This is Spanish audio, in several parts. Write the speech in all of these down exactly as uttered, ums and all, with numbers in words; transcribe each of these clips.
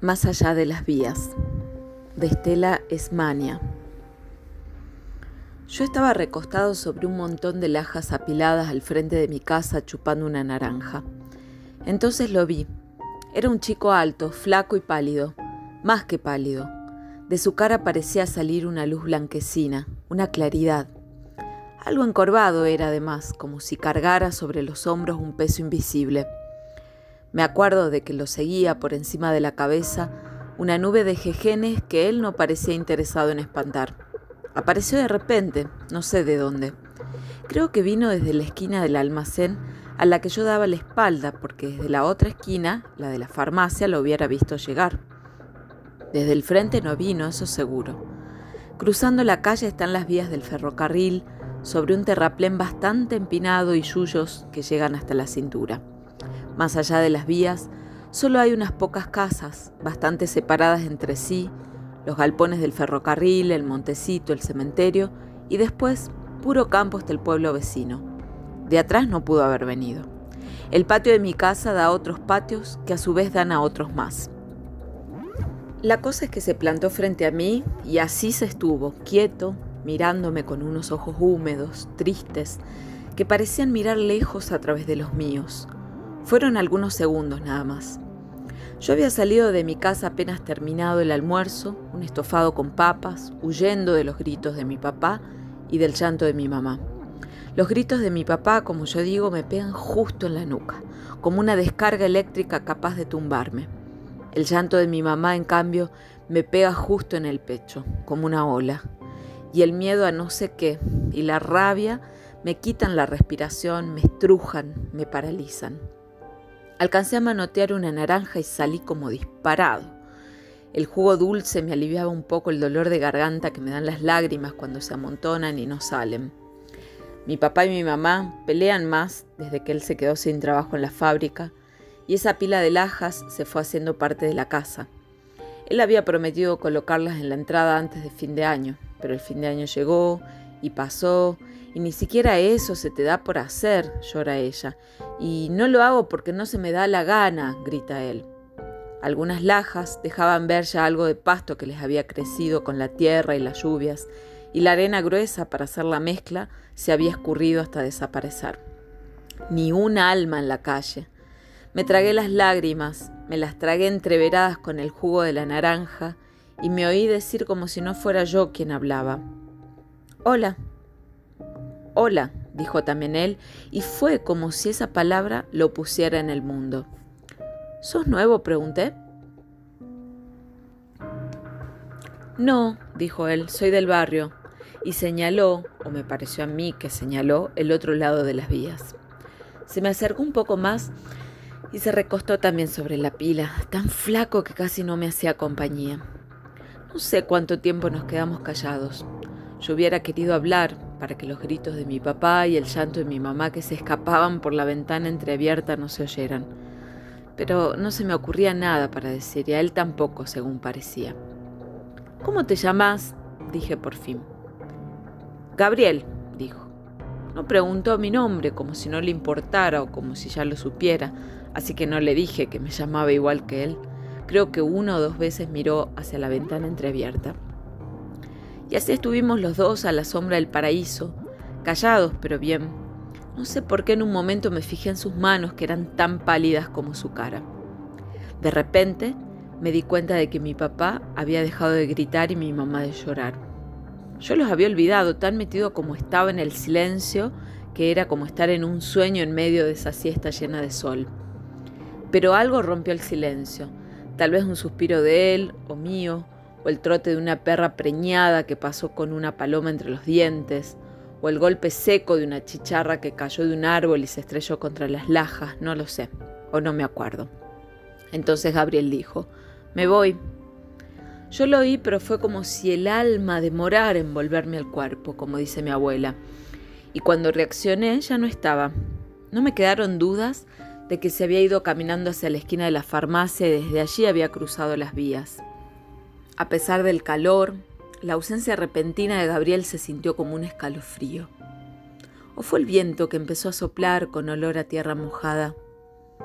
Más allá de las vías, de Estela Esmania. Yo estaba recostado sobre un montón de lajas apiladas al frente de mi casa chupando una naranja. Entonces lo vi. Era un chico alto, flaco y pálido, más que pálido. De su cara parecía salir una luz blanquecina, una claridad. Algo encorvado era además, como si cargara sobre los hombros un peso invisible. Me acuerdo de que lo seguía por encima de la cabeza una nube de jejenes que él no parecía interesado en espantar. Apareció de repente, no sé de dónde. Creo que vino desde la esquina del almacén a la que yo daba la espalda, porque desde la otra esquina, la de la farmacia, lo hubiera visto llegar. Desde el frente no vino, eso seguro. Cruzando la calle están las vías del ferrocarril, sobre un terraplén bastante empinado y yuyos que llegan hasta la cintura. Más allá de las vías, solo hay unas pocas casas, bastante separadas entre sí, los galpones del ferrocarril, el montecito, el cementerio, y después puro campo hasta el pueblo vecino. De atrás no pudo haber venido. El patio de mi casa da a otros patios que a su vez dan a otros más. La cosa es que se plantó frente a mí y así se estuvo, quieto, mirándome con unos ojos húmedos, tristes, que parecían mirar lejos a través de los míos. Fueron algunos segundos nada más. Yo había salido de mi casa apenas terminado el almuerzo, un estofado con papas, huyendo de los gritos de mi papá y del llanto de mi mamá. Los gritos de mi papá, como yo digo, me pegan justo en la nuca, como una descarga eléctrica capaz de tumbarme. El llanto de mi mamá, en cambio, me pega justo en el pecho, como una ola. Y el miedo a no sé qué y la rabia me quitan la respiración, me estrujan, me paralizan. Alcancé a manotear una naranja y salí como disparado. El jugo dulce me aliviaba un poco el dolor de garganta que me dan las lágrimas cuando se amontonan y no salen. Mi papá y mi mamá pelean más desde que él se quedó sin trabajo en la fábrica y esa pila de lajas se fue haciendo parte de la casa. Él había prometido colocarlas en la entrada antes de fin de año, pero el fin de año llegó y pasó y ni siquiera eso se te da por hacer, llora ella. Y no lo hago porque no se me da la gana, grita él. Algunas lajas dejaban ver ya algo de pasto que les había crecido con la tierra y las lluvias, y la arena gruesa para hacer la mezcla se había escurrido hasta desaparecer. Ni un alma en la calle. Me tragué las lágrimas, me las tragué entreveradas con el jugo de la naranja y me oí decir como si no fuera yo quien hablaba. Hola. Hola, dijo también él, y fue como si esa palabra lo pusiera en el mundo. ¿Sos nuevo?, pregunté. No, dijo él, soy del barrio, y señaló, o me pareció a mí que señaló, el otro lado de las vías. Se me acercó un poco más y se recostó también sobre la pila, tan flaco que casi no me hacía compañía. No sé cuánto tiempo nos quedamos callados. Yo hubiera querido hablar para que los gritos de mi papá y el llanto de mi mamá que se escapaban por la ventana entreabierta no se oyeran. Pero no se me ocurría nada para decir y a él tampoco, según parecía. ¿Cómo te llamas?, dije por fin. Gabriel, dijo. No preguntó mi nombre como si no le importara o como si ya lo supiera, así que no le dije que me llamaba igual que él. Creo que una o dos veces miró hacia la ventana entreabierta. Y así estuvimos los dos a la sombra del paraíso, callados pero bien. No sé por qué en un momento me fijé en sus manos que eran tan pálidas como su cara. De repente me di cuenta de que mi papá había dejado de gritar y mi mamá de llorar. Yo los había olvidado, tan metido como estaba en el silencio, que era como estar en un sueño en medio de esa siesta llena de sol. Pero algo rompió el silencio, tal vez un suspiro de él o mío, o el trote de una perra preñada que pasó con una paloma entre los dientes, o el golpe seco de una chicharra que cayó de un árbol y se estrelló contra las lajas, no lo sé, o no me acuerdo. Entonces Gabriel dijo, me voy. Yo lo oí, pero fue como si el alma demorara en volverme al cuerpo, como dice mi abuela, y cuando reaccioné ya no estaba. No me quedaron dudas de que se había ido caminando hacia la esquina de la farmacia y desde allí había cruzado las vías. A pesar del calor, la ausencia repentina de Gabriel se sintió como un escalofrío. ¿O fue el viento que empezó a soplar con olor a tierra mojada?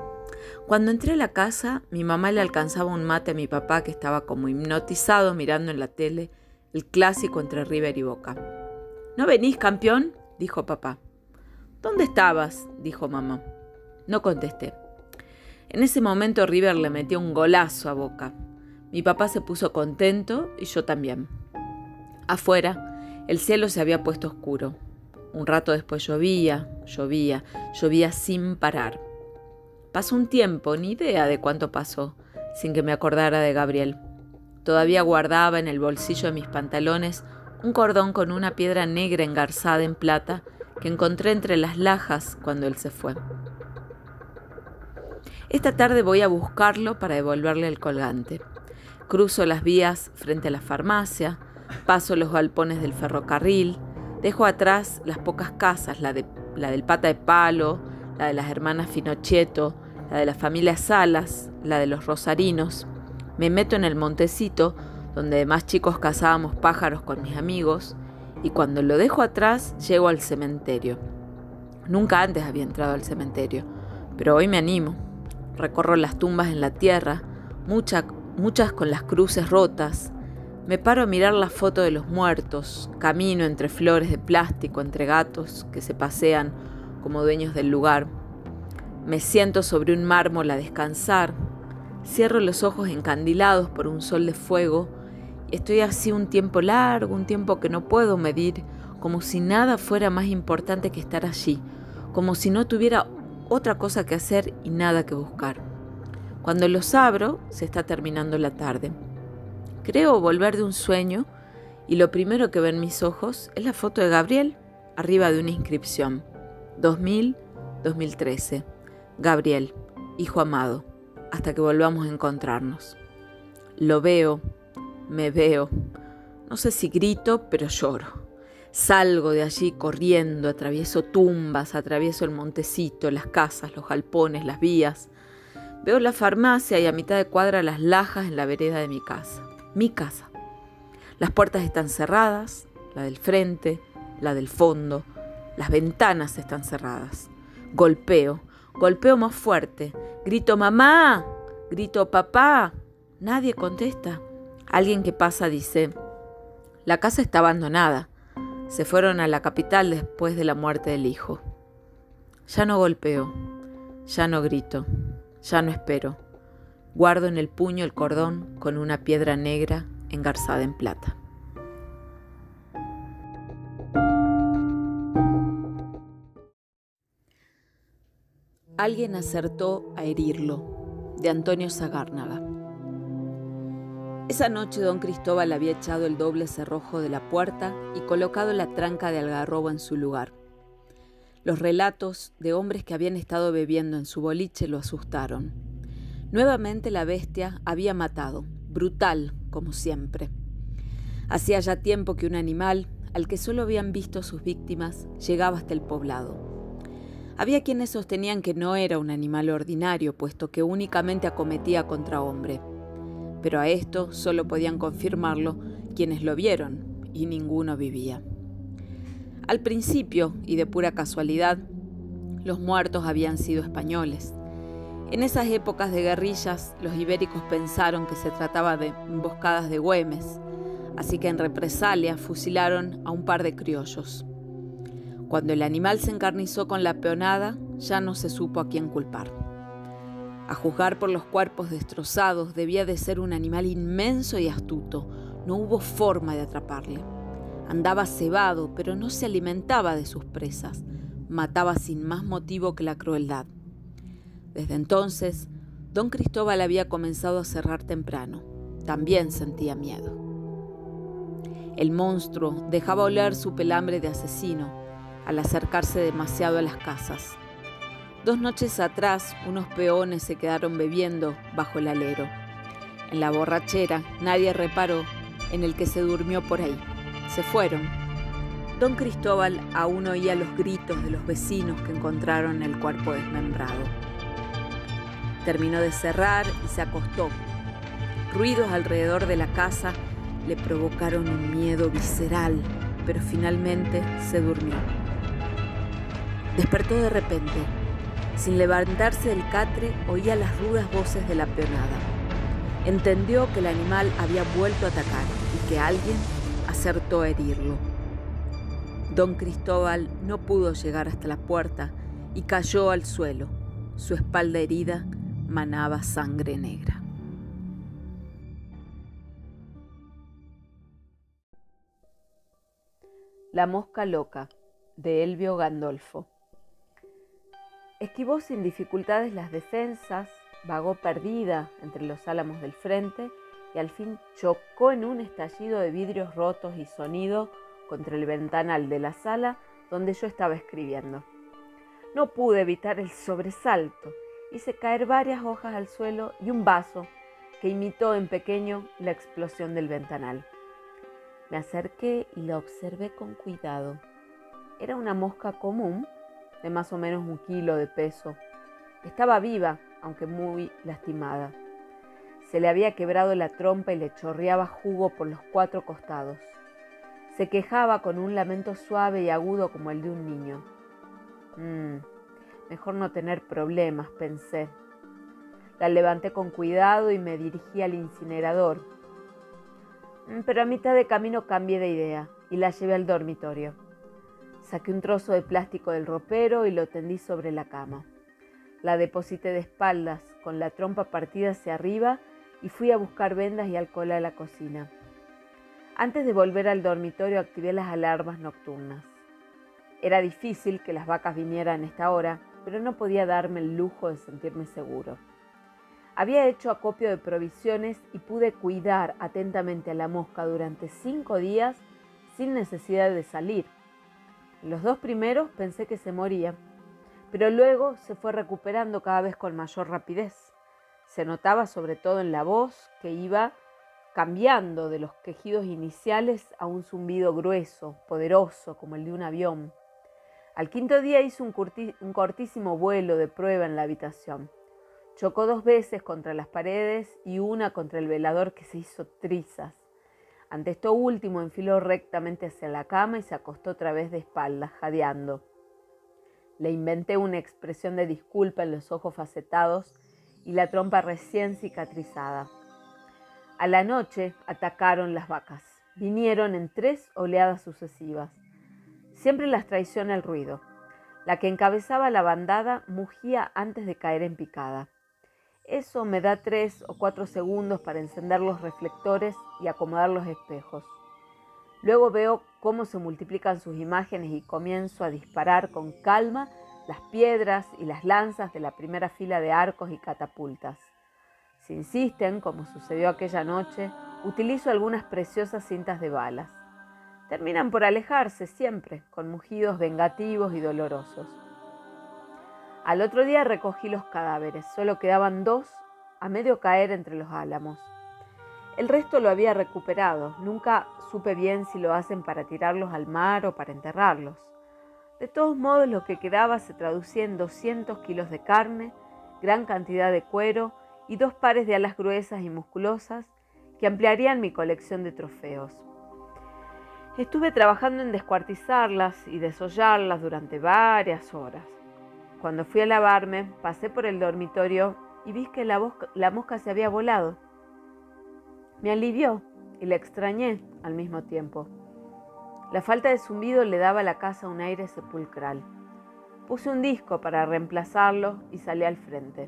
Cuando entré a la casa, mi mamá le alcanzaba un mate a mi papá, que estaba como hipnotizado mirando en la tele el clásico entre River y Boca. ¿No venís, campeón?, dijo papá. ¿Dónde estabas?, dijo mamá. No contesté. En ese momento River le metió un golazo a Boca. Mi papá se puso contento y yo también. Afuera, el cielo se había puesto oscuro. Un rato después llovía, llovía, llovía sin parar. Pasó un tiempo, ni idea de cuánto pasó, sin que me acordara de Gabriel. Todavía guardaba en el bolsillo de mis pantalones un cordón con una piedra negra engarzada en plata que encontré entre las lajas cuando él se fue. Esta tarde voy a buscarlo para devolverle el colgante. Cruzo las vías frente a la farmacia, paso los galpones del ferrocarril, dejo atrás las pocas casas, la, de, la del Pata de Palo, la de las hermanas Finocchietto, la de la familia Salas, la de los Rosarinos. Me meto en el montecito, donde de más chicos cazábamos pájaros con mis amigos, y cuando lo dejo atrás llego al cementerio. Nunca antes había entrado al cementerio, pero hoy me animo. Recorro las tumbas en la tierra, mucha, muchas con las cruces rotas. Me paro a mirar la foto de los muertos, camino entre flores de plástico, entre gatos que se pasean como dueños del lugar. Me siento sobre un mármol a descansar, cierro los ojos encandilados por un sol de fuego y estoy así un tiempo largo, un tiempo que no puedo medir, como si nada fuera más importante que estar allí, como si no tuviera otra cosa que hacer y nada que buscar. Cuando los abro, se está terminando la tarde. Creo volver de un sueño y lo primero que ven mis ojos es la foto de Gabriel arriba de una inscripción. dos mil a dos mil trece. Gabriel, hijo amado, hasta que volvamos a encontrarnos. Lo veo, me veo. No sé si grito, pero lloro. Salgo de allí corriendo, atravieso tumbas, atravieso el montecito, las casas, los galpones, las vías. Veo la farmacia y a mitad de cuadra las lajas en la vereda de mi casa. Mi casa. Las puertas están cerradas, la del frente, la del fondo. Las ventanas están cerradas. Golpeo, golpeo más fuerte. Grito mamá, grito papá. Nadie contesta. Alguien que pasa dice, la casa está abandonada. Se fueron a la capital después de la muerte del hijo. Ya no golpeo, ya no grito, ya no espero. Guardo en el puño el cordón con una piedra negra engarzada en plata. Alguien acertó a herirlo, de Antonio Sagárnaga. Esa noche don Cristóbal había echado el doble cerrojo de la puerta y colocado la tranca de algarrobo en su lugar. Los relatos de hombres que habían estado bebiendo en su boliche lo asustaron. Nuevamente la bestia había matado, brutal como siempre. Hacía ya tiempo que un animal, al que solo habían visto sus víctimas, llegaba hasta el poblado. Había quienes sostenían que no era un animal ordinario, puesto que únicamente acometía contra hombre. Pero a esto solo podían confirmarlo quienes lo vieron, y ninguno vivía. Al principio, y de pura casualidad, los muertos habían sido españoles. En esas épocas de guerrillas, los ibéricos pensaron que se trataba de emboscadas de Güemes, así que en represalia fusilaron a un par de criollos. Cuando el animal se encarnizó con la peonada, ya no se supo a quién culpar. A juzgar por los cuerpos destrozados, debía de ser un animal inmenso y astuto. No hubo forma de atraparle. Andaba cebado, pero no se alimentaba de sus presas. Mataba sin más motivo que la crueldad. Desde entonces, don Cristóbal había comenzado a cerrar temprano. También sentía miedo. El monstruo dejaba oler su pelambre de asesino al acercarse demasiado a las casas. Dos noches atrás, unos peones se quedaron bebiendo bajo el alero. En la borrachera, nadie reparó en el que se durmió por ahí. Se fueron. Don Cristóbal aún oía los gritos de los vecinos que encontraron el cuerpo desmembrado. Terminó de cerrar y se acostó. Ruidos alrededor de la casa le provocaron un miedo visceral, pero finalmente se durmió. Despertó de repente. Sin levantarse del catre, oía las rudas voces de la peonada. Entendió que el animal había vuelto a atacar y que alguien acertó a herirlo. Don Cristóbal no pudo llegar hasta la puerta y cayó al suelo. Su espalda herida manaba sangre negra. La mosca loca, de Elvio Gandolfo. Esquivó sin dificultades las defensas, vagó perdida entre los álamos del frente y al fin chocó en un estallido de vidrios rotos y sonido contra el ventanal de la sala donde yo estaba escribiendo. No pude evitar el sobresalto. Hice caer varias hojas al suelo y un vaso que imitó en pequeño la explosión del ventanal. Me acerqué y la observé con cuidado. Era una mosca común, de más o menos un kilo de peso. Estaba viva, aunque muy lastimada. Se le había quebrado la trompa y le chorreaba jugo por los cuatro costados. Se quejaba con un lamento suave y agudo como el de un niño. Mm, mejor no tener problemas, pensé. La levanté con cuidado y me dirigí al incinerador. Pero a mitad de camino cambié de idea y la llevé al dormitorio. Saqué un trozo de plástico del ropero y lo tendí sobre la cama. La deposité de espaldas, con la trompa partida hacia arriba, y fui a buscar vendas y alcohol a la cocina. Antes de volver al dormitorio activé las alarmas nocturnas. Era difícil que las vacas vinieran a esta hora, pero no podía darme el lujo de sentirme seguro. Había hecho acopio de provisiones y pude cuidar atentamente a la mosca durante cinco días sin necesidad de salir. En los dos primeros pensé que se moría, pero luego se fue recuperando cada vez con mayor rapidez. Se notaba sobre todo en la voz, que iba cambiando de los quejidos iniciales a un zumbido grueso, poderoso, como el de un avión. Al quinto día hizo un, curti- un cortísimo vuelo de prueba en la habitación. Chocó dos veces contra las paredes y una contra el velador que se hizo trizas. Ante esto último enfiló rectamente hacia la cama y se acostó otra vez de espaldas, jadeando. Le inventé una expresión de disculpa en los ojos facetados y la trompa recién cicatrizada. A la noche atacaron las vacas. Vinieron en tres oleadas sucesivas. Siempre las traiciona el ruido. La que encabezaba la bandada mugía antes de caer en picada. Eso me da tres o cuatro segundos para encender los reflectores y acomodar los espejos. Luego veo cómo se multiplican sus imágenes y comienzo a disparar con calma las piedras y las lanzas de la primera fila de arcos y catapultas. Si insisten, como sucedió aquella noche, utilizo algunas preciosas cintas de balas. Terminan por alejarse siempre, con mugidos vengativos y dolorosos. Al otro día recogí los cadáveres, solo quedaban dos a medio caer entre los álamos. El resto lo había recuperado, nunca supe bien si lo hacen para tirarlos al mar o para enterrarlos. De todos modos, lo que quedaba se traducía en doscientos kilos de carne, gran cantidad de cuero y dos pares de alas gruesas y musculosas que ampliarían mi colección de trofeos. Estuve trabajando en descuartizarlas y desollarlas durante varias horas. Cuando fui a lavarme, pasé por el dormitorio y vi que la, mosca, la mosca se había volado. Me alivió y la extrañé al mismo tiempo. La falta de zumbido le daba a la casa un aire sepulcral. Puse un disco para reemplazarlo y salí al frente.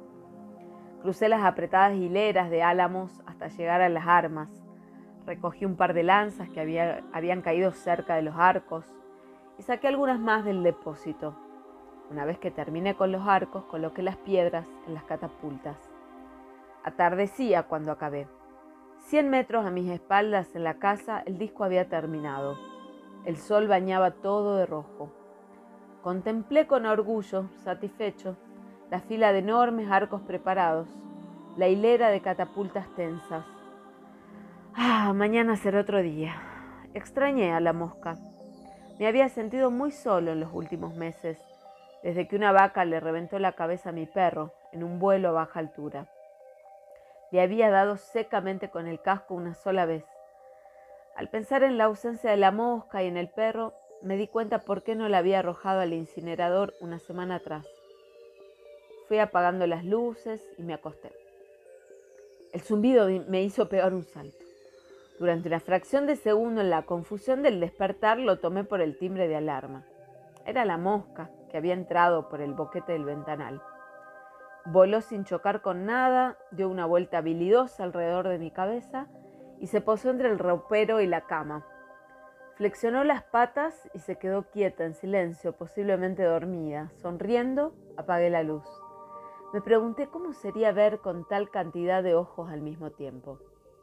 Crucé las apretadas hileras de álamos hasta llegar a las armas. Recogí un par de lanzas que había, habían caído cerca de los arcos y saqué algunas más del depósito. Una vez que terminé con los arcos, coloqué las piedras en las catapultas. Atardecía cuando acabé. Cien metros a mis espaldas en la casa, el disco había terminado. El sol bañaba todo de rojo. Contemplé con orgullo, satisfecho, la fila de enormes arcos preparados, la hilera de catapultas tensas. Ah, mañana será otro día. Extrañé a la mosca. Me había sentido muy solo en los últimos meses, desde que una vaca le reventó la cabeza a mi perro en un vuelo a baja altura. Le había dado secamente con el casco una sola vez. Al pensar en la ausencia de la mosca y en el perro, me di cuenta por qué no la había arrojado al incinerador una semana atrás. fui apagando las luces y me acosté. El zumbido me hizo pegar un salto. Durante una fracción de segundo, en la confusión del despertar, lo tomé por el timbre de alarma. Era la mosca que había entrado por el boquete del ventanal. Voló sin chocar con nada, dio una vuelta habilidosa alrededor de mi cabeza y se posó entre el ropero y la cama. Flexionó las patas y se quedó quieta en silencio, posiblemente dormida. Sonriendo, apagué la luz. Me pregunté cómo sería ver con tal cantidad de ojos al mismo tiempo.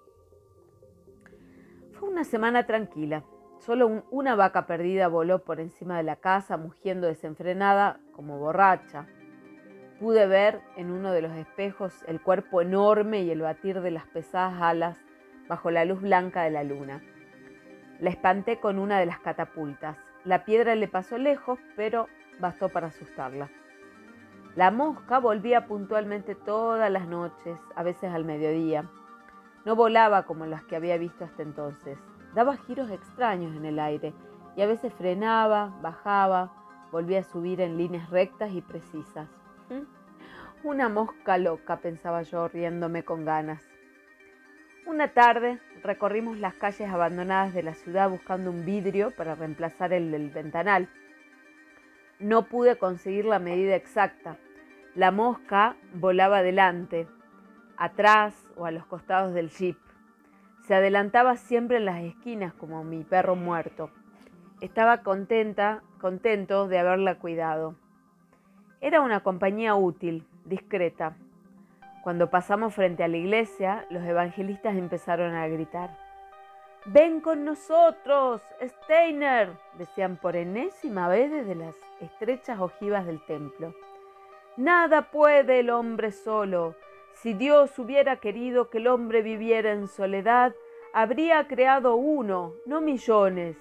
Fue una semana tranquila. Solo un, una vaca perdida voló por encima de la casa, mugiendo desenfrenada como borracha. Pude ver en uno de los espejos el cuerpo enorme y el batir de las pesadas alas bajo la luz blanca de la luna. La espanté con una de las catapultas. La piedra le pasó lejos, pero bastó para asustarla. La mosca volvía puntualmente todas las noches, a veces al mediodía. No volaba como las que había visto hasta entonces. Daba giros extraños en el aire y a veces frenaba, bajaba, volvía a subir en líneas rectas y precisas. Una mosca loca, pensaba yo, riéndome con ganas. Una tarde recorrimos las calles abandonadas de la ciudad buscando un vidrio para reemplazar el del ventanal. No pude conseguir la medida exacta. La mosca volaba delante, atrás o a los costados del jeep. Se adelantaba siempre en las esquinas como mi perro muerto. Estaba contenta, contento de haberla cuidado. Era una compañía útil, discreta. Cuando pasamos frente a la iglesia, los evangelistas empezaron a gritar. «¡Ven con nosotros, Steiner!», decían por enésima vez desde las estrechas ojivas del templo. «Nada puede el hombre solo. Si Dios hubiera querido que el hombre viviera en soledad, habría creado uno, no millones».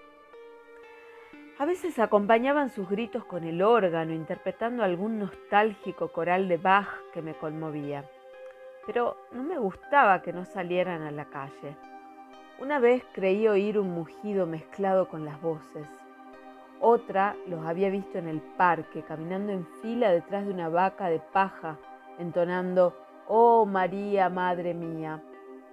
A veces acompañaban sus gritos con el órgano, interpretando algún nostálgico coral de Bach que me conmovía. Pero no me gustaba que no salieran a la calle. Una vez creí oír un mugido mezclado con las voces. Otra los había visto en el parque, caminando en fila detrás de una vaca de paja, entonando «Oh María, Madre mía».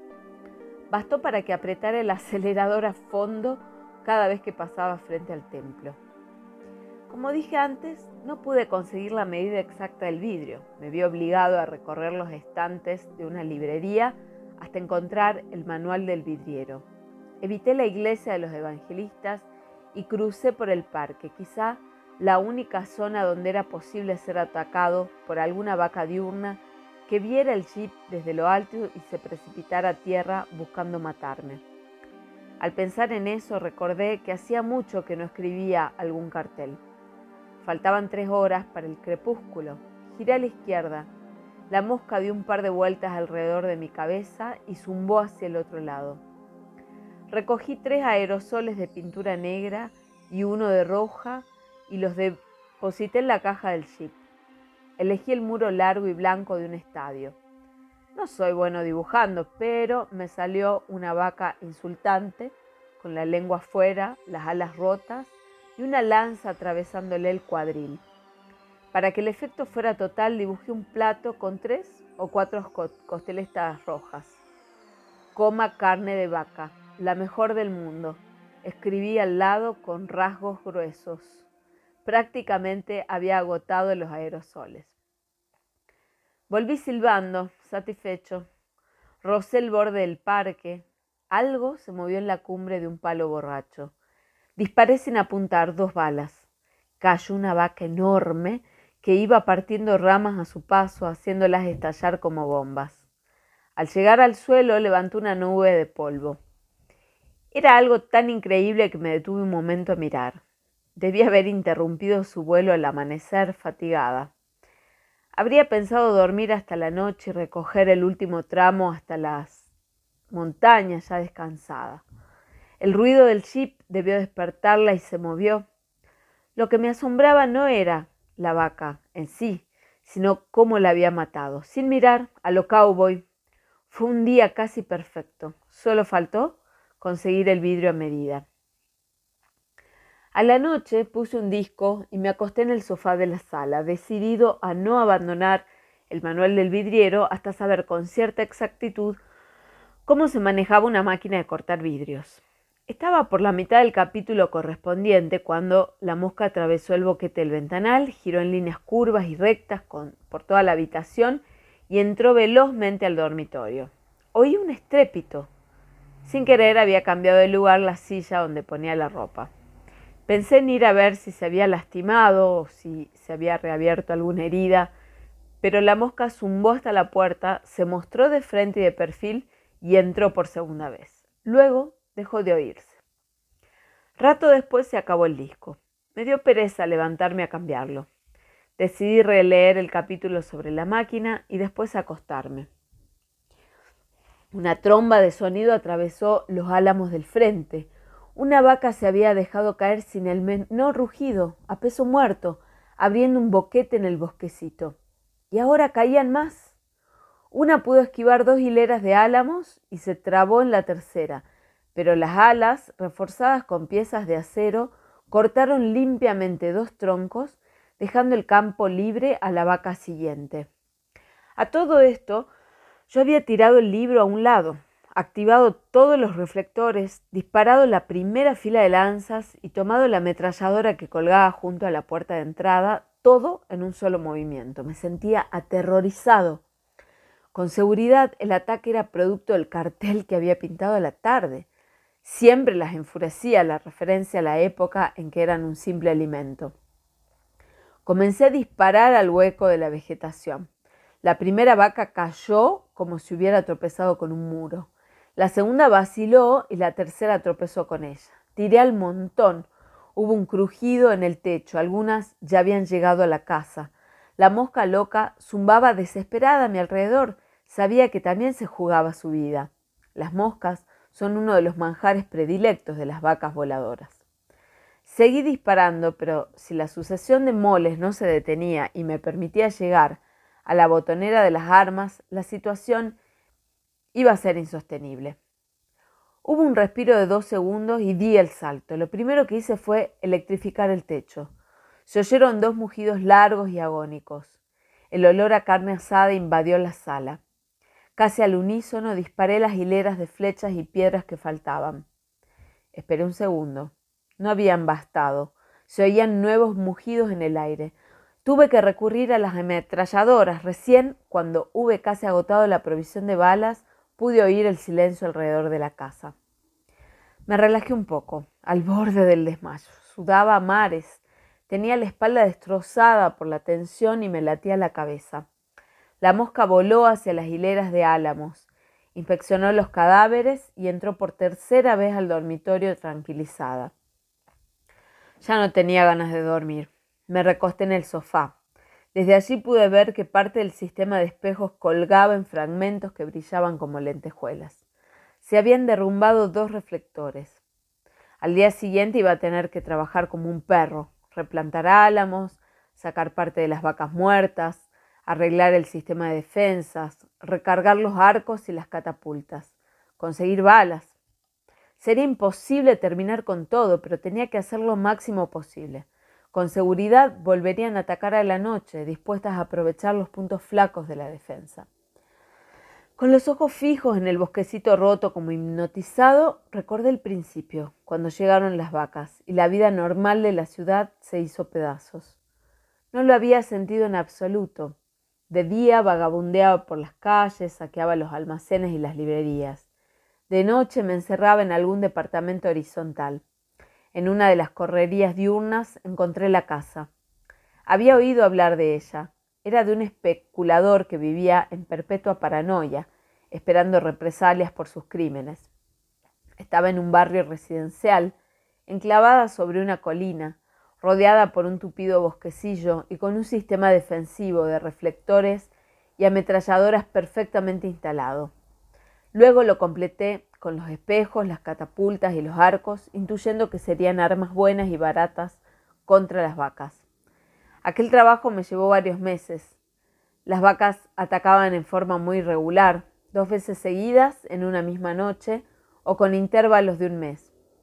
Bastó para que apretara el acelerador a fondo cada vez que pasaba frente al templo. Como dije antes, no pude conseguir la medida exacta del vidrio. Me vi obligado a recorrer los estantes de una librería hasta encontrar el manual del vidriero. Evité la iglesia de los evangelistas y crucé por el parque, quizá la única zona donde era posible ser atacado por alguna vaca diurna que viera el jeep desde lo alto y se precipitara a tierra buscando matarme. Al pensar en eso, recordé que hacía mucho que no escribía algún cartel. Faltaban tres horas para el crepúsculo. Giré a la izquierda. La mosca dio un par de vueltas alrededor de mi cabeza y zumbó hacia el otro lado. Recogí tres aerosoles de pintura negra y uno de roja y los deposité en la caja del jeep. Elegí el muro largo y blanco de un estadio. No soy bueno dibujando, pero me salió una vaca insultante, con la lengua afuera, las alas rotas y una lanza atravesándole el cuadril. Para que el efecto fuera total, dibujé un plato con tres o cuatro costeletas rojas. «Coma carne de vaca, la mejor del mundo», escribí al lado con rasgos gruesos. Prácticamente había agotado los aerosoles. Volví silbando, satisfecho. Rocé el borde del parque. Algo se movió en la cumbre de un palo borracho. Disparé sin apuntar dos balas. Cayó una vaca enorme que iba partiendo ramas a su paso, haciéndolas estallar como bombas. Al llegar al suelo, levantó una nube de polvo. Era algo tan increíble que me detuve un momento a mirar. Debía haber interrumpido su vuelo al amanecer, fatigada. Habría pensado dormir hasta la noche y recoger el último tramo hasta las montañas ya descansada. El ruido del jeep debió despertarla y se movió. Lo que me asombraba no era la vaca en sí, sino cómo la había matado, sin mirar a lo cowboy. Fue un día casi perfecto. Solo faltó conseguir el vidrio a medida. A la noche puse un disco y me acosté en el sofá de la sala, decidido a no abandonar el manual del vidriero hasta saber con cierta exactitud cómo se manejaba una máquina de cortar vidrios. Estaba por la mitad del capítulo correspondiente cuando la mosca atravesó el boquete del ventanal, giró en líneas curvas y rectas con, por toda la habitación y entró velozmente al dormitorio. Oí un estrépito. Sin querer había cambiado de lugar la silla donde ponía la ropa. Pensé en ir a ver si se había lastimado o si se había reabierto alguna herida, pero la mosca zumbó hasta la puerta, se mostró de frente y de perfil y entró por segunda vez. Luego dejó de oírse. Rato después se acabó el disco. Me dio pereza levantarme a cambiarlo. Decidí releer el capítulo sobre la máquina y después acostarme. Una tromba de sonido atravesó los álamos del frente. Una vaca se había dejado caer sin el menor rugido, a peso muerto, abriendo un boquete en el bosquecito. Y ahora caían más. Una pudo esquivar dos hileras de álamos y se trabó en la tercera, pero las alas, reforzadas con piezas de acero, cortaron limpiamente dos troncos, dejando el campo libre a la vaca siguiente. A todo esto, yo había tirado el libro a un lado, activado todos los reflectores, disparado la primera fila de lanzas y tomado la ametralladora que colgaba junto a la puerta de entrada, todo en un solo movimiento. Me sentía aterrorizado. Con seguridad el ataque era producto del cartel que había pintado a la tarde. Siempre las enfurecía la referencia a la época en que eran un simple alimento. Comencé a disparar al hueco de la vegetación. La primera vaca cayó como si hubiera tropezado con un muro. La segunda vaciló y la tercera tropezó con ella. Tiré al montón. Hubo un crujido en el techo. Algunas ya habían llegado a la casa. La mosca loca zumbaba desesperada a mi alrededor. Sabía que también se jugaba su vida. Las moscas son uno de los manjares predilectos de las vacas voladoras. Seguí disparando, pero si la sucesión de moles no se detenía y me permitía llegar a la botonera de las armas, la situación iba a ser insostenible. Hubo un respiro de dos segundos y di el salto. Lo primero que hice fue electrificar el techo. Se oyeron dos mugidos largos y agónicos. El olor a carne asada invadió la sala. Casi al unísono disparé las hileras de flechas y piedras que faltaban. Esperé un segundo. No habían bastado. Se oían nuevos mugidos en el aire. Tuve que recurrir a las ametralladoras. Recién, cuando hube casi agotado la provisión de balas, pude oír el silencio alrededor de la casa. Me relajé un poco, al borde del desmayo. Sudaba a mares. Tenía la espalda destrozada por la tensión y me latía la cabeza. La mosca voló hacia las hileras de álamos, inspeccionó los cadáveres y entró por tercera vez al dormitorio tranquilizada. Ya no tenía ganas de dormir. Me recosté en el sofá. Desde allí pude ver que parte del sistema de espejos colgaba en fragmentos que brillaban como lentejuelas. Se habían derrumbado dos reflectores. Al día siguiente iba a tener que trabajar como un perro, replantar álamos, sacar parte de las vacas muertas, arreglar el sistema de defensas, recargar los arcos y las catapultas, conseguir balas. Sería imposible terminar con todo, pero tenía que hacer lo máximo posible. Con seguridad volverían a atacar a la noche, dispuestas a aprovechar los puntos flacos de la defensa. Con los ojos fijos en el bosquecito roto como hipnotizado, recordé el principio, cuando llegaron las vacas, y la vida normal de la ciudad se hizo pedazos. No lo había sentido en absoluto. De día vagabundeaba por las calles, saqueaba los almacenes y las librerías. De noche me encerraba en algún departamento horizontal. En una de las correrías diurnas encontré la casa. Había oído hablar de ella. Era de un especulador que vivía en perpetua paranoia, esperando represalias por sus crímenes. Estaba en un barrio residencial, enclavada sobre una colina, rodeada por un tupido bosquecillo y con un sistema defensivo de reflectores y ametralladoras perfectamente instalado. Luego lo completé con los espejos, las catapultas y los arcos, intuyendo que serían armas buenas y baratas contra las vacas. Aquel trabajo me llevó varios meses. Las vacas atacaban en forma muy irregular, dos veces seguidas en una misma noche o con intervalos de un mes.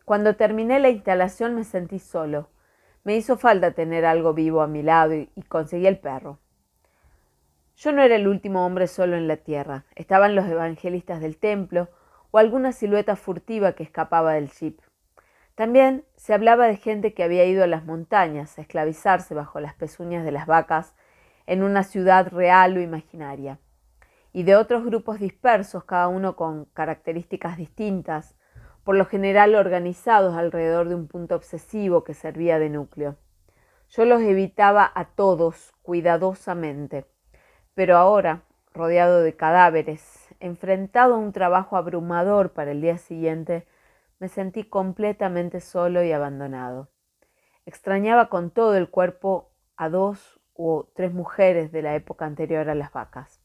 Cuando terminé la instalación me sentí solo. Me hizo falta tener algo vivo a mi lado y, y conseguí el perro. Yo no era el último hombre solo en la tierra. Estaban los evangelistas del templo o alguna silueta furtiva que escapaba del jeep. También se hablaba de gente que había ido a las montañas a esclavizarse bajo las pezuñas de las vacas en una ciudad real o imaginaria, y de otros grupos dispersos, cada uno con características distintas, por lo general organizados alrededor de un punto obsesivo que servía de núcleo. Yo los evitaba a todos cuidadosamente, pero ahora, rodeado de cadáveres, enfrentado a un trabajo abrumador para el día siguiente, me sentí completamente solo y abandonado. Extrañaba con todo el cuerpo a dos u tres mujeres de la época anterior a las vacas.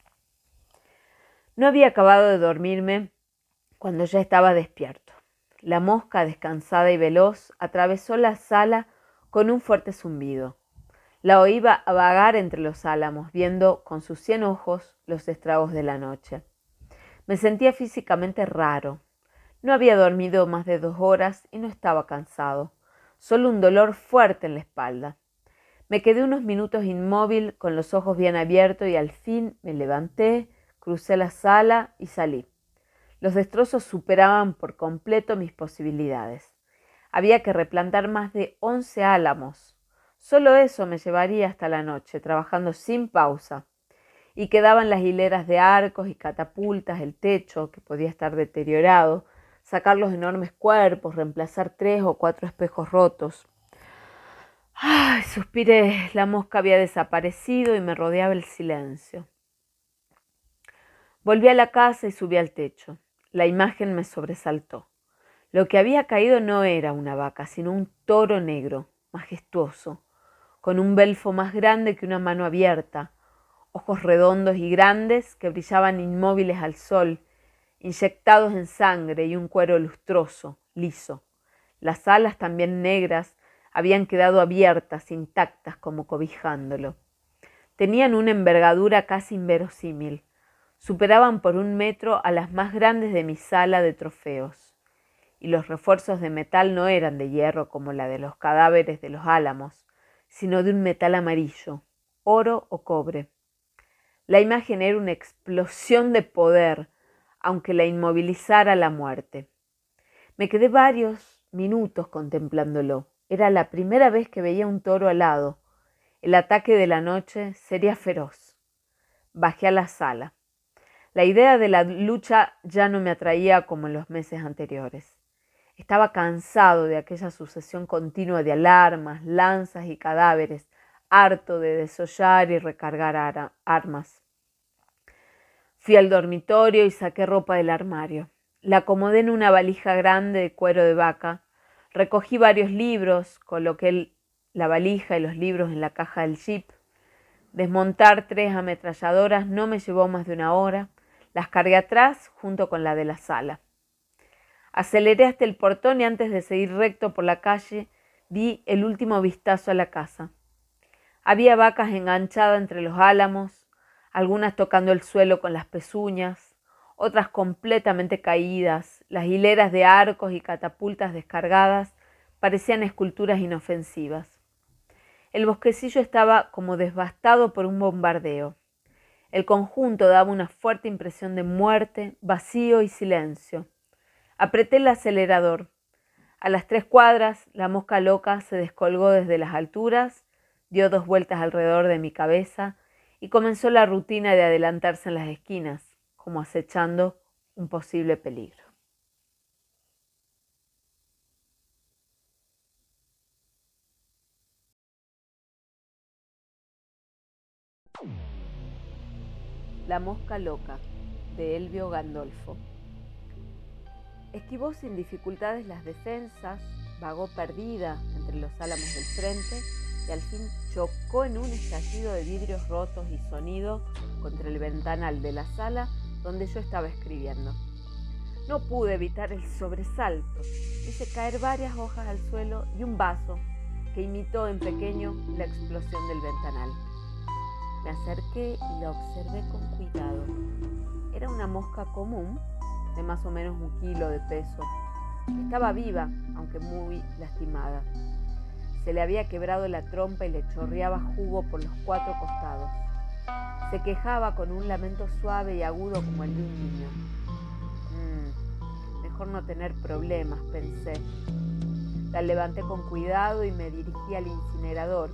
No había acabado de dormirme cuando ya estaba despierto. La mosca, descansada y veloz, atravesó la sala con un fuerte zumbido. La oí vagar entre los álamos, viendo con sus cien ojos los estragos de la noche. Me sentía físicamente raro. No había dormido más de dos horas y no estaba cansado, solo un dolor fuerte en la espalda. Me quedé unos minutos inmóvil, con los ojos bien abiertos, y al fin me levanté, crucé la sala y salí. Los destrozos superaban por completo mis posibilidades. Había que replantar más de once álamos. Solo eso me llevaría hasta la noche, trabajando sin pausa. Y quedaban las hileras de arcos y catapultas, el techo, que podía estar deteriorado, sacar los enormes cuerpos, reemplazar tres o cuatro espejos rotos. Ay, suspiré. La mosca había desaparecido y me rodeaba el silencio. Volví a la casa y subí al techo. La imagen me sobresaltó. Lo que había caído no era una vaca, sino un toro negro, majestuoso, con un belfo más grande que una mano abierta, ojos redondos y grandes que brillaban inmóviles al sol, inyectados en sangre, y un cuero lustroso, liso. Las alas, también negras, habían quedado abiertas, intactas, como cobijándolo. Tenían una envergadura casi inverosímil. Superaban por un metro a las más grandes de mi sala de trofeos. Y los refuerzos de metal no eran de hierro como la de los cadáveres de los álamos, sino de un metal amarillo, oro o cobre. La imagen era una explosión de poder, aunque la inmovilizara la muerte. Me quedé varios minutos contemplándolo. Era la primera vez que veía un toro alado. El ataque de la noche sería feroz. Bajé a la sala. La idea de la lucha ya no me atraía como en los meses anteriores. Estaba cansado de aquella sucesión continua de alarmas, lanzas y cadáveres, harto de desollar y recargar armas. Fui al dormitorio y saqué ropa del armario. La acomodé en una valija grande de cuero de vaca. Recogí varios libros, coloqué la valija y los libros en la caja del jeep. Desmontar tres ametralladoras no me llevó más de una hora. Las cargué atrás junto con la de la sala. Aceleré hasta el portón y antes de seguir recto por la calle, di el último vistazo a la casa. Había vacas enganchadas entre los álamos, algunas tocando el suelo con las pezuñas, otras completamente caídas. Las hileras de arcos y catapultas descargadas parecían esculturas inofensivas. El bosquecillo estaba como devastado por un bombardeo. El conjunto daba una fuerte impresión de muerte, vacío y silencio. Apreté el acelerador. A las tres cuadras, la mosca loca se descolgó desde las alturas, dio dos vueltas alrededor de mi cabeza y comenzó la rutina de adelantarse en las esquinas, como acechando un posible peligro. La mosca loca, de Elvio Gandolfo. Esquivó sin dificultades las defensas, vagó perdida entre los álamos del frente y al fin chocó en un estallido de vidrios rotos y sonido contra el ventanal de la sala donde yo estaba escribiendo. No pude evitar el sobresalto. Hice caer varias hojas al suelo y un vaso que imitó en pequeño la explosión del ventanal. Me acerqué y la observé con cuidado. Era una mosca común, de más o menos un kilo de peso, Estaba viva, aunque muy lastimada. Se le había quebrado la trompa y le chorreaba jugo por los cuatro costados. Se quejaba con un lamento suave y agudo como el de un niño. Mm, mejor no tener problemas, pensé. La levanté con cuidado y me dirigí al incinerador.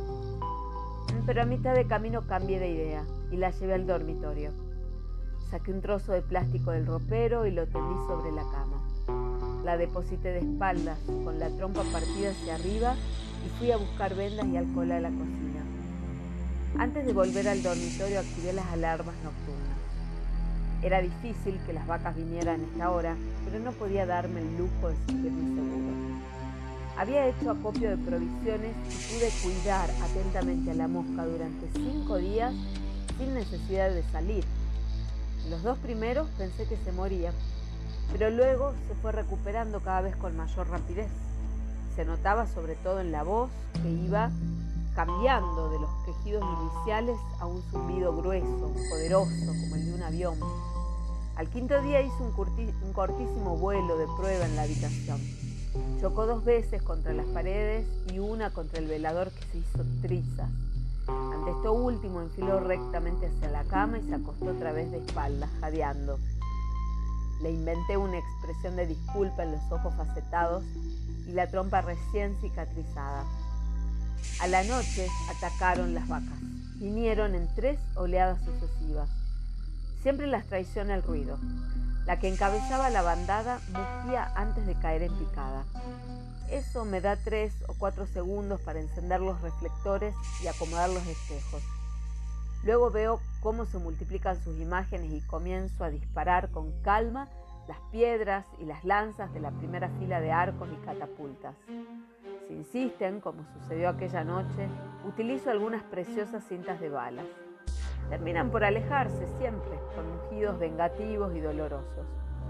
Pero a mitad de camino cambié de idea y la llevé al dormitorio. Saqué un trozo de plástico del ropero y lo tendí sobre la cama. La deposité de espaldas, con la trompa partida hacia arriba, y fui a buscar vendas y alcohol a la cocina. Antes de volver al dormitorio activé las alarmas nocturnas. Era difícil que las vacas vinieran a esta hora, pero no podía darme el lujo de sentirme seguro. Había hecho acopio de provisiones y pude cuidar atentamente a la mosca durante cinco días sin necesidad de salir. En los dos primeros pensé que se moría, pero luego se fue recuperando cada vez con mayor rapidez. Se notaba sobre todo en la voz, que iba cambiando de los quejidos iniciales a un zumbido grueso, poderoso, como el de un avión. Al quinto día hizo un, curti- un cortísimo vuelo de prueba en la habitación. Chocó dos veces contra las paredes y una contra el velador, que se hizo trizas. Ante esto último enfiló rectamente hacia la cama y se acostó otra vez de espaldas, jadeando. Le inventé una expresión de disculpa en los ojos facetados y la trompa recién cicatrizada. A la noche atacaron las vacas. Vinieron en tres oleadas sucesivas. Siempre las traiciona el ruido. La que encabezaba la bandada mugía antes de caer en picada. Eso me da tres o cuatro segundos para encender los reflectores y acomodar los espejos. Luego veo cómo se multiplican sus imágenes y comienzo a disparar con calma las piedras y las lanzas de la primera fila de arcos y catapultas. Si insisten, como sucedió aquella noche, utilizo algunas preciosas cintas de balas. Terminan por alejarse siempre, con mugidos vengativos y dolorosos.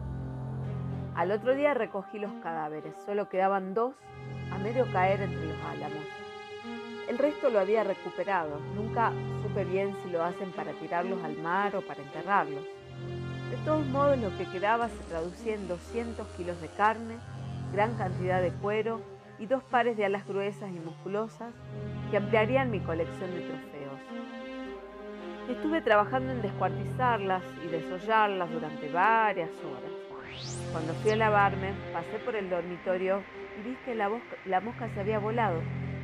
Al otro día recogí los cadáveres, solo quedaban dos a medio caer entre los álamos. El resto lo había recuperado, nunca supe bien si lo hacen para tirarlos al mar o para enterrarlos. De todos modos, lo que quedaba se traducía en doscientos kilos de carne, gran cantidad de cuero y dos pares de alas gruesas y musculosas que ampliarían mi colección de trofeos. Estuve trabajando en descuartizarlas y desollarlas durante varias horas. Cuando fui a lavarme, pasé por el dormitorio y vi que la, mosca, la mosca se había volado.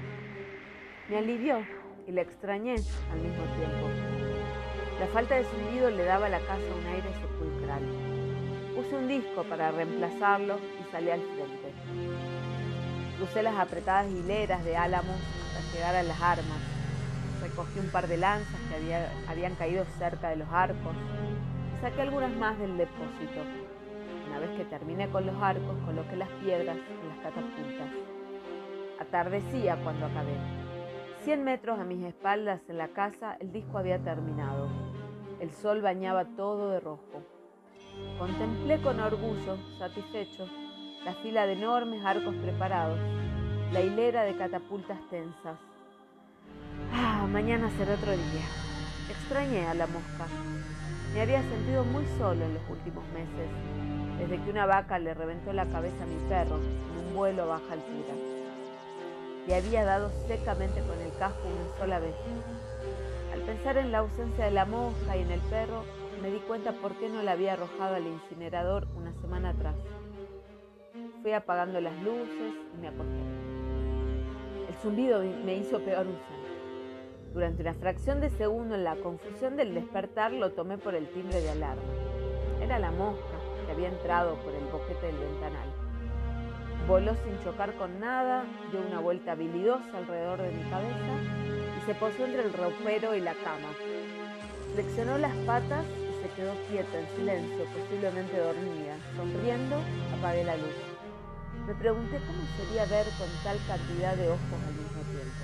Me alivió y la extrañé al mismo tiempo. La falta de zumbido le daba a la casa un aire sepulcral. Puse un disco para reemplazarlo y salí al frente. Crucé las apretadas hileras de álamos hasta llegar a las armas. Recogí un par de lanzas que había, habían caído cerca de los arcos y saqué algunas más del depósito. Una vez que terminé con los arcos, coloqué las piedras en las catapultas. Atardecía cuando acabé. Cien metros a mis espaldas en la casa, el disco había terminado. El sol bañaba todo de rojo. Contemplé con orgullo, satisfecho, la fila de enormes arcos preparados, la hilera de catapultas tensas. Ah, mañana será otro día. Extrañé a la mosca. Me había sentido muy solo en los últimos meses, desde que una vaca le reventó la cabeza a mi perro en un vuelo a baja altura. Le había dado secamente con el casco una sola vez. Al pensar en la ausencia de la mosca y en el perro, me di cuenta por qué no la había arrojado al incinerador una semana atrás. Fui apagando las luces y me acosté. El zumbido me hizo pegar un salto. Durante una fracción de segundo, en la confusión del despertar, lo tomé por el timbre de alarma. Era la mosca que había entrado por el boquete del ventanal. Voló sin chocar con nada, dio una vuelta habilidosa alrededor de mi cabeza y se posó entre el ropero y la cama. Flexionó las patas y se quedó quieta en silencio, posiblemente dormida. Sonriendo, apagué la luz. Me pregunté cómo sería ver con tal cantidad de ojos al mismo tiempo.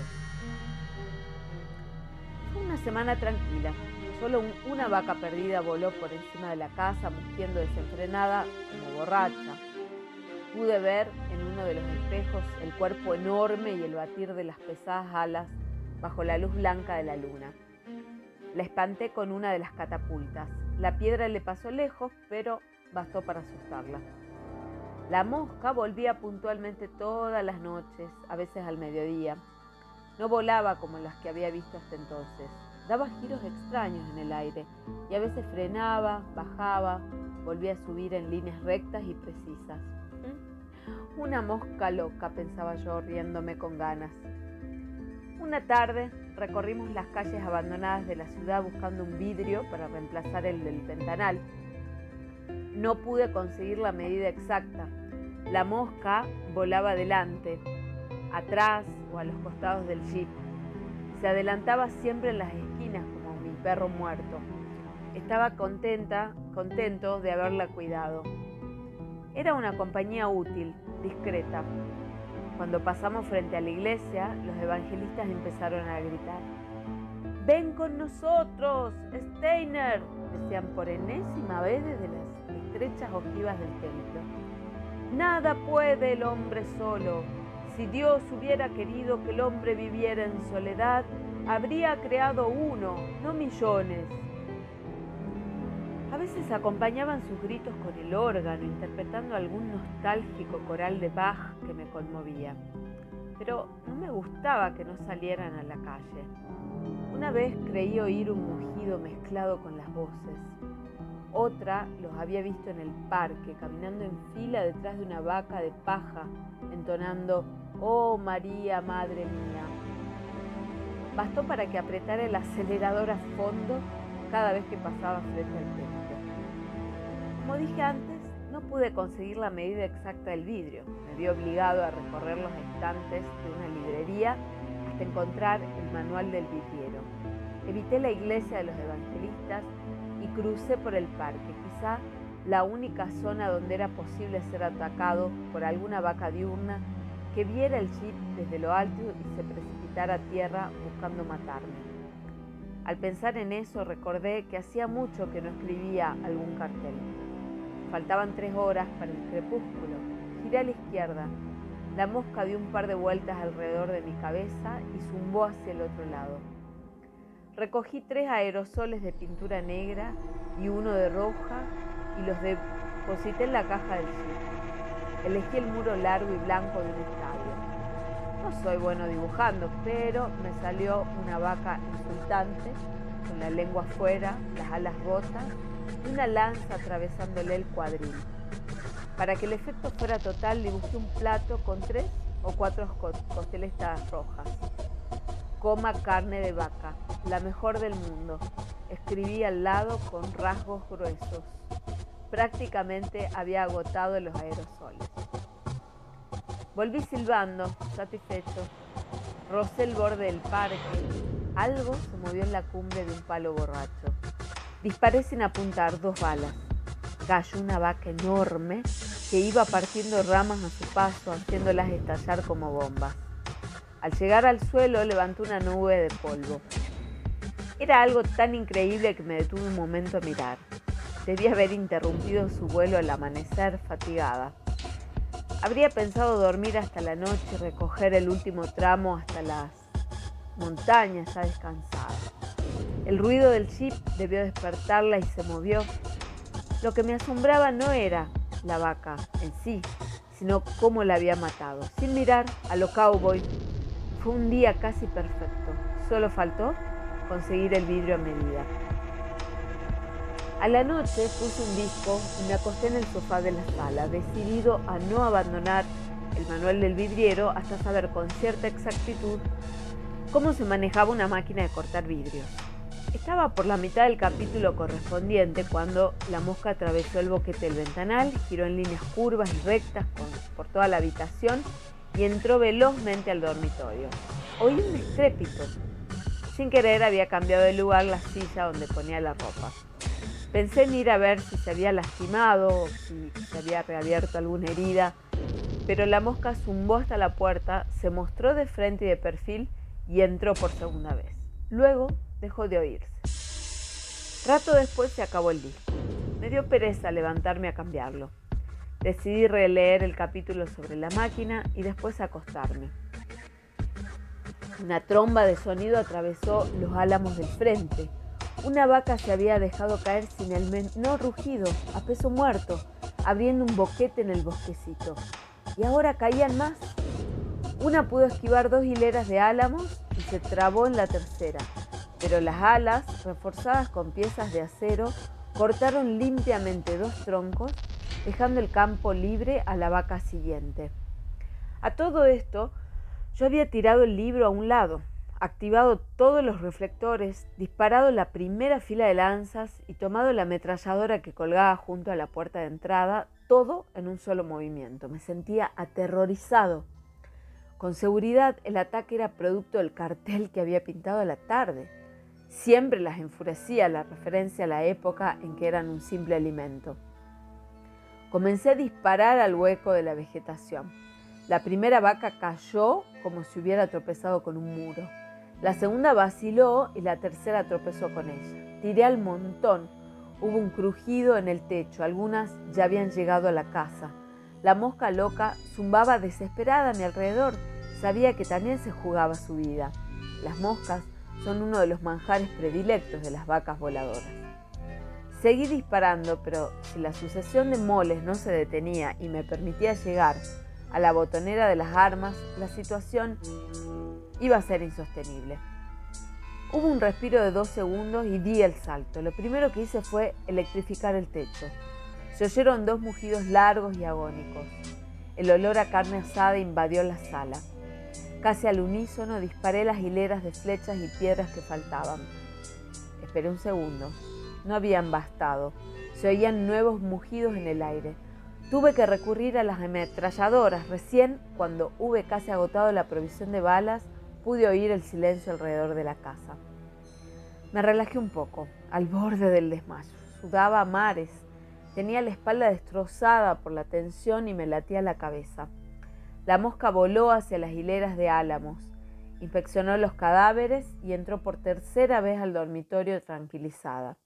Fue una semana tranquila. Solo un, una vaca perdida voló por encima de la casa, mugiendo desenfrenada como borracha. Pude ver en uno de los espejos el cuerpo enorme y el batir de las pesadas alas bajo la luz blanca de la luna. La espanté con una de las catapultas. La piedra le pasó lejos, pero bastó para asustarla. La mosca volvía puntualmente todas las noches, a veces al mediodía. No volaba como las que había visto hasta entonces. Daba giros extraños en el aire y a veces frenaba, bajaba, volvía a subir en líneas rectas y precisas. ¿Mm? Una mosca loca, pensaba yo, riéndome con ganas. Una tarde recorrimos las calles abandonadas de la ciudad buscando un vidrio para reemplazar el del ventanal. No pude conseguir la medida exacta. La mosca volaba adelante, atrás o a los costados del jeep. Se adelantaba siempre en las esquinas como mi perro muerto. Estaba contenta, contento de haberla cuidado. Era una compañía útil, discreta. Cuando pasamos frente a la iglesia, los evangelistas empezaron a gritar. ¡Ven con nosotros, Steiner!, decían por enésima vez desde las estrechas ojivas del templo. Nada puede el hombre solo. Si Dios hubiera querido que el hombre viviera en soledad, habría creado uno, no millones. A veces acompañaban sus gritos con el órgano, interpretando algún nostálgico coral de Bach que me conmovía. Pero no me gustaba que no salieran a la calle. Una vez creí oír un mugido mezclado con las voces. Otra los había visto en el parque, caminando en fila detrás de una vaca de paja, entonando «Oh María, Madre mía». Bastó para que apretara el acelerador a fondo cada vez que pasaba frente al templo. Como dije antes, no pude conseguir la medida exacta del vidrio. Me vi obligado a recorrer los estantes de una librería hasta encontrar el manual del vidriero. Evité la iglesia de los evangelistas y crucé por el parque, quizá la única zona donde era posible ser atacado por alguna vaca diurna que viera el jeep desde lo alto y se precipitara a tierra buscando matarme. Al pensar en eso recordé que hacía mucho que no escribía algún cartel. Faltaban tres horas para el crepúsculo. Giré a la izquierda. La mosca dio un par de vueltas alrededor de mi cabeza y zumbó hacia el otro lado. Recogí tres aerosoles de pintura negra y uno de roja y los deposité en la caja del jeep. Elegí el muro largo y blanco de un estadio. No soy bueno dibujando, pero me salió una vaca insultante, con la lengua afuera, las alas rotas y una lanza atravesándole el cuadril. Para que el efecto fuera total, dibujé un plato con tres o cuatro costeletas rojas. Coma carne de vaca, la mejor del mundo, escribí al lado con rasgos gruesos. Prácticamente había agotado los aerosoles. Volví silbando, satisfecho. Rocé el borde del parque. Algo se movió en la cumbre de un palo borracho. Disparé sin apuntar dos balas. Cayó una vaca enorme que iba partiendo ramas a su paso, haciéndolas estallar como bombas. Al llegar al suelo levantó una nube de polvo. Era algo tan increíble que me detuve un momento a mirar. Debía haber interrumpido su vuelo al amanecer, fatigada. Habría pensado dormir hasta la noche y recoger el último tramo hasta las montañas ya descansada. El ruido del jeep debió despertarla y se movió. Lo que me asombraba no era la vaca en sí, sino cómo la había matado, sin mirar a lo cowboy. Fue un día casi perfecto. Solo faltó conseguir el vidrio a medida. A la noche puse un disco y me acosté en el sofá de la sala, decidido a no abandonar el manual del vidriero hasta saber con cierta exactitud cómo se manejaba una máquina de cortar vidrios. Estaba por la mitad del capítulo correspondiente cuando la mosca atravesó el boquete del ventanal, giró en líneas curvas y rectas con, por toda la habitación y entró velozmente al dormitorio. Oí un estrépito. Sin querer había cambiado de lugar la silla donde ponía la ropa. Pensé en ir a ver si se había lastimado o si se había reabierto alguna herida, pero la mosca zumbó hasta la puerta, se mostró de frente y de perfil y entró por segunda vez. Luego dejó de oírse. Rato después se acabó el disco. Me dio pereza levantarme a cambiarlo. Decidí releer el capítulo sobre la máquina y después acostarme. Una tromba de sonido atravesó los álamos del frente. Una vaca se había dejado caer sin el menor rugido, a peso muerto, abriendo un boquete en el bosquecito. Y ahora caían más. Una pudo esquivar dos hileras de álamos y se trabó en la tercera, pero las alas, reforzadas con piezas de acero, cortaron limpiamente dos troncos, dejando el campo libre a la vaca siguiente. A todo esto, yo había tirado el libro a un lado, activado todos los reflectores, disparado la primera fila de lanzas y tomado la ametralladora que colgaba junto a la puerta de entrada, todo en un solo movimiento. Me sentía aterrorizado. Con seguridad, el ataque era producto del cartel que había pintado a la tarde. Siempre las enfurecía la referencia a la época en que eran un simple alimento. Comencé a disparar al hueco de la vegetación. La primera vaca cayó como si hubiera tropezado con un muro. La segunda vaciló y la tercera tropezó con ella. Tiré al montón. Hubo un crujido en el techo. Algunas ya habían llegado a la casa. La mosca loca zumbaba desesperada a mi alrededor. Sabía que también se jugaba su vida. Las moscas son uno de los manjares predilectos de las vacas voladoras. Seguí disparando, pero si la sucesión de moles no se detenía y me permitía llegar a la botonera de las armas, la situación iba a ser insostenible. Hubo un respiro de dos segundos y di el salto. Lo primero que hice fue electrificar el techo. Se oyeron dos mugidos largos y agónicos. El olor a carne asada invadió la sala. Casi al unísono disparé las hileras de flechas y piedras que faltaban. Esperé un segundo. No habían bastado. Se oían nuevos mugidos en el aire. Tuve que recurrir a las ametralladoras. Recién, cuando hube casi agotado la provisión de balas, pude oír el silencio alrededor de la casa. Me relajé un poco, al borde del desmayo. Sudaba a mares. Tenía la espalda destrozada por la tensión y me latía la cabeza. La mosca voló hacia las hileras de álamos, inspeccionó los cadáveres y entró por tercera vez al dormitorio tranquilizada.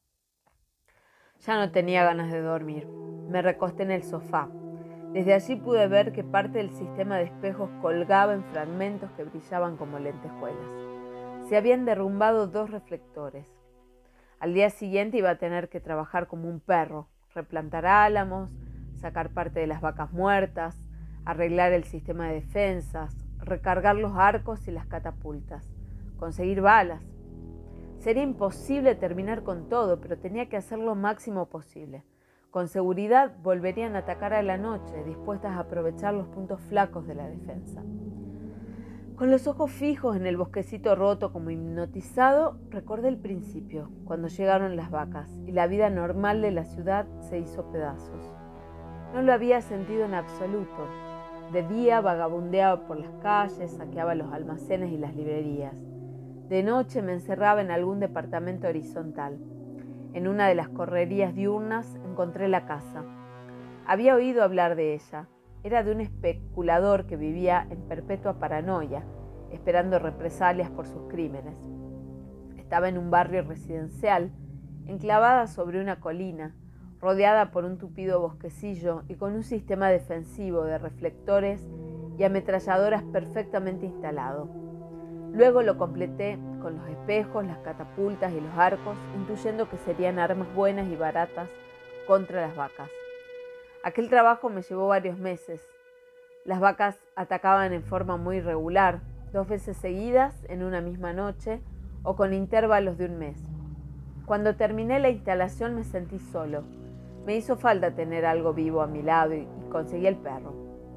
Ya no tenía ganas de dormir. Me recosté en el sofá. Desde allí pude ver que parte del sistema de espejos colgaba en fragmentos que brillaban como lentejuelas. Se habían derrumbado dos reflectores. Al día siguiente iba a tener que trabajar como un perro, replantar álamos, sacar parte de las vacas muertas, arreglar el sistema de defensas, recargar los arcos y las catapultas, conseguir balas. Sería imposible terminar con todo, pero tenía que hacer lo máximo posible. Con seguridad volverían a atacar a la noche, dispuestas a aprovechar los puntos flacos de la defensa. Con los ojos fijos en el bosquecito roto como hipnotizado, recordé el principio, cuando llegaron las vacas y la vida normal de la ciudad se hizo pedazos. No lo había sentido en absoluto. De día vagabundeaba por las calles, saqueaba los almacenes y las librerías. De noche me encerraba en algún departamento horizontal. En una de las correrías diurnas encontré la casa. Había oído hablar de ella. Era de un especulador que vivía en perpetua paranoia, esperando represalias por sus crímenes. Estaba en un barrio residencial, enclavada sobre una colina, rodeada por un tupido bosquecillo y con un sistema defensivo de reflectores y ametralladoras perfectamente instalado. Luego lo completé con los espejos, las catapultas y los arcos, intuyendo que serían armas buenas y baratas contra las vacas. Aquel trabajo me llevó varios meses. Las vacas atacaban en forma muy irregular, dos veces seguidas en una misma noche o con intervalos de un mes. Cuando terminé la instalación me sentí solo. Me hizo falta tener algo vivo a mi lado y, y conseguí el perro.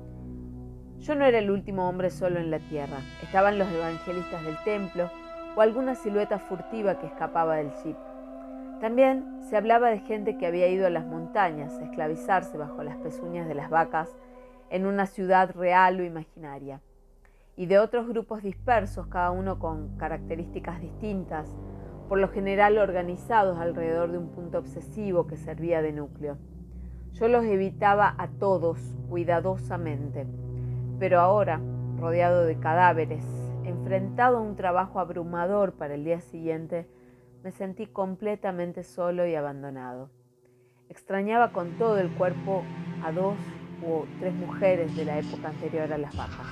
Yo no era el último hombre solo en la tierra. Estaban los evangelistas del templo o alguna silueta furtiva que escapaba del jeep. También se hablaba de gente que había ido a las montañas a esclavizarse bajo las pezuñas de las vacas en una ciudad real o imaginaria, y de otros grupos dispersos, cada uno con características distintas, por lo general organizados alrededor de un punto obsesivo que servía de núcleo. Yo los evitaba a todos cuidadosamente, pero ahora, rodeado de cadáveres, enfrentado a un trabajo abrumador para el día siguiente, me sentí completamente solo y abandonado. Extrañaba con todo el cuerpo a dos u tres mujeres de la época anterior a las vacas.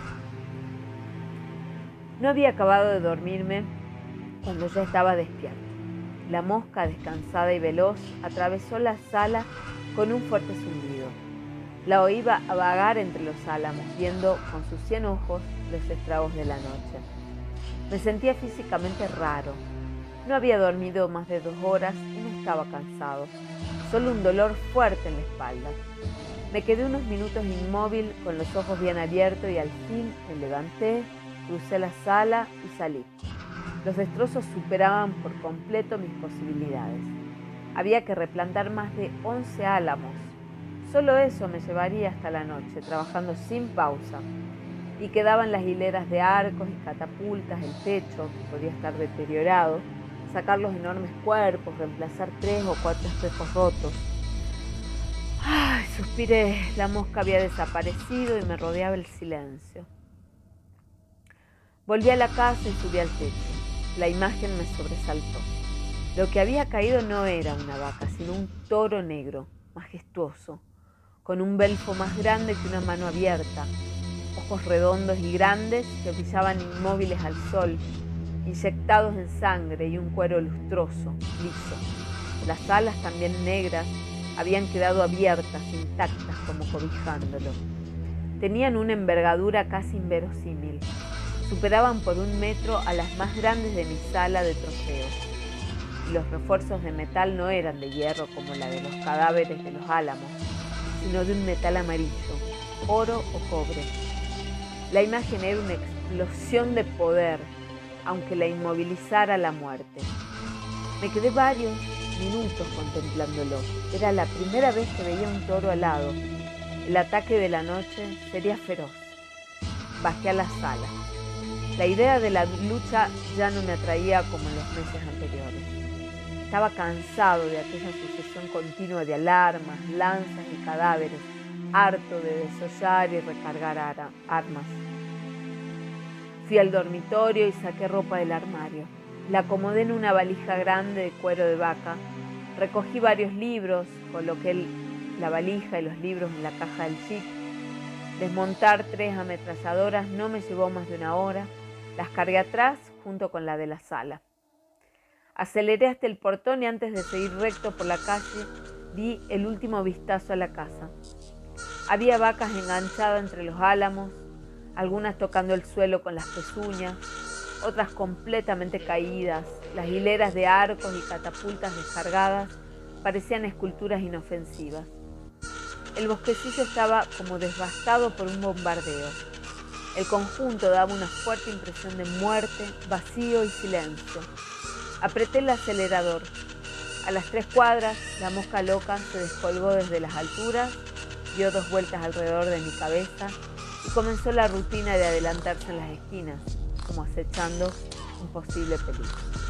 No había acabado de dormirme cuando ya estaba despierto. La mosca, descansada y veloz, atravesó la sala con un fuerte zumbido. La oí vagar entre los álamos, viendo con sus cien ojos los estragos de la noche. Me sentía físicamente raro. No había dormido más de dos horas y no estaba cansado, solo un dolor fuerte en la espalda. Me quedé unos minutos inmóvil, con los ojos bien abiertos, y al fin me levanté, crucé la sala y salí. Los destrozos superaban por completo mis posibilidades. Había que replantar más de once álamos. Solo eso me llevaría hasta la noche, trabajando sin pausa. Y quedaban las hileras de arcos y catapultas, el techo, que podía estar deteriorado, sacar los enormes cuerpos, reemplazar tres o cuatro espejos rotos. Ay, suspiré. La mosca había desaparecido y me rodeaba el silencio. Volví a la casa y subí al techo. La imagen me sobresaltó. Lo que había caído no era una vaca, sino un toro negro, majestuoso, con un belfo más grande que una mano abierta, ojos redondos y grandes que brillaban inmóviles al sol, inyectados en sangre, y un cuero lustroso, liso. Las alas, también negras, habían quedado abiertas, intactas, como cobijándolo. Tenían una envergadura casi inverosímil. Superaban por un metro a las más grandes de mi sala de trofeos. Y los refuerzos de metal no eran de hierro como la de los cadáveres de los álamos, sino de un metal amarillo, oro o cobre. La imagen era una explosión de poder, aunque la inmovilizara la muerte. Me quedé varios minutos contemplándolo. Era la primera vez que veía un toro alado. El ataque de la noche sería feroz. Bajé a la sala. La idea de la lucha ya no me atraía como en los meses anteriores. Estaba cansado de aquella sucesión continua de alarmas, lanzas y cadáveres, harto de desollar y recargar armas. Fui al dormitorio y saqué ropa del armario. La acomodé en una valija grande de cuero de vaca. Recogí varios libros, coloqué la valija y los libros en la caja del jeep. Desmontar tres ametralladoras no me llevó más de una hora. Las cargué atrás junto con la de la sala. Aceleré hasta el portón y antes de seguir recto por la calle, di el último vistazo a la casa. Había vacas enganchadas entre los álamos, algunas tocando el suelo con las pezuñas, otras completamente caídas. Las hileras de arcos y catapultas descargadas parecían esculturas inofensivas. El bosquecillo estaba como devastado por un bombardeo. El conjunto daba una fuerte impresión de muerte, vacío y silencio. Apreté el acelerador. A las tres cuadras, la mosca loca se descolgó desde las alturas, dio dos vueltas alrededor de mi cabeza y comenzó la rutina de adelantarse en las esquinas, como acechando un posible peligro.